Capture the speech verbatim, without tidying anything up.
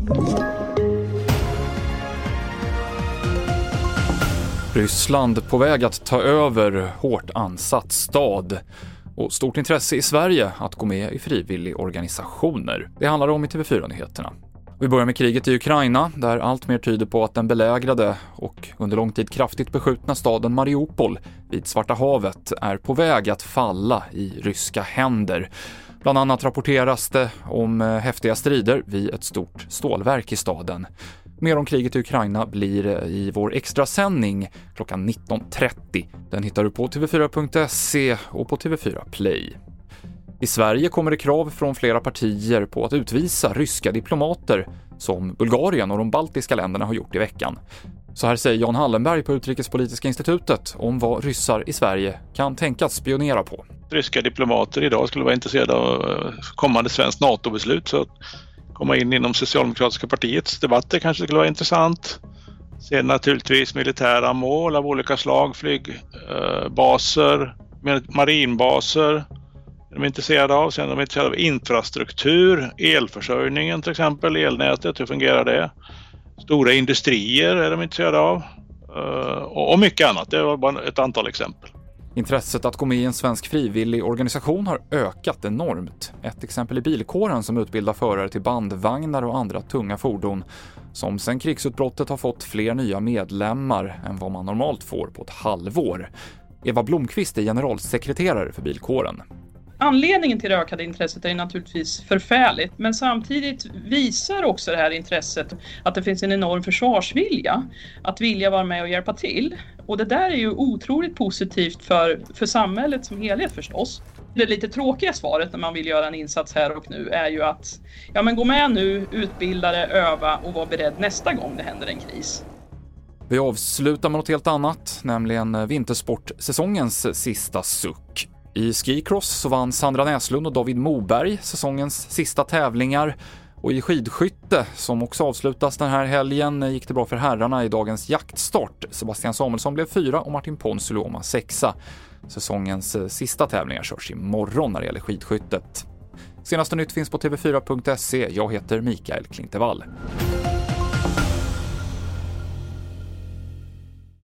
Ryssland på väg att ta över hårt ansatt stad och stort intresse i Sverige att gå med i frivilligorganisationer. Det handlar om i T V fyra-nyheterna. Vi börjar med kriget i Ukraina där allt mer tyder på att den belägrade och under lång tid kraftigt beskjutna staden Mariupol vid Svarta havet är på väg att falla i ryska händer. Bland annat rapporteras det om häftiga strider vid ett stort stålverk i staden. Mer om kriget i Ukraina blir i vår extra sändning klockan nitton trettio. Den hittar du på T V fyra punkt se och på T V fyra Play. I Sverige kommer det krav från flera partier på att utvisa ryska diplomater som Bulgarien och de baltiska länderna har gjort i veckan. Så här säger Jan Hallenberg på Utrikespolitiska institutet om vad ryssar i Sverige kan tänkas spionera på. Ryska diplomater idag skulle vara intresserade av kommande svenskt NATO-beslut, så att komma in inom Socialdemokratiska partiets debatter kanske skulle vara intressant. Sen naturligtvis militära mål av olika slag, flygbaser, marinbaser. De är intresserade av. Sen är de intresserade av infrastruktur, elförsörjningen till exempel, elnätet, hur fungerar det? Stora industrier är de intresserade av. Och mycket annat, det var bara ett antal exempel. Intresset att gå med i en svensk frivillig organisation har ökat enormt. Ett exempel är bilkåren som utbildar förare till bandvagnar och andra tunga fordon som sedan krigsutbrottet har fått fler nya medlemmar än vad man normalt får på ett halvår. Eva Blomqvist är generalsekreterare för bilkåren. Anledningen till det ökade intresset är naturligtvis förfärligt, men samtidigt visar också det här intresset att det finns en enorm försvarsvilja att vilja vara med och hjälpa till. Och det där är ju otroligt positivt för, för samhället som helhet förstås. Det lite tråkiga svaret när man vill göra en insats här och nu är ju att ja, men gå med nu, utbilda dig, öva och vara beredd nästa gång det händer en kris. Vi avslutar med något helt annat, nämligen vintersportsäsongens sista suck. I skicross så vann Sandra Näslund och David Moberg säsongens sista tävlingar. Och i skidskytte, som också avslutas den här helgen, gick det bra för herrarna i dagens jaktstart. Sebastian Samuelsson blev fyra och Martin Ponsiluoma sexa. Säsongens sista tävlingar körs imorgon när det gäller skidskyttet. Senaste nytt finns på T V fyra punkt se. Jag heter Mikael Klintevall.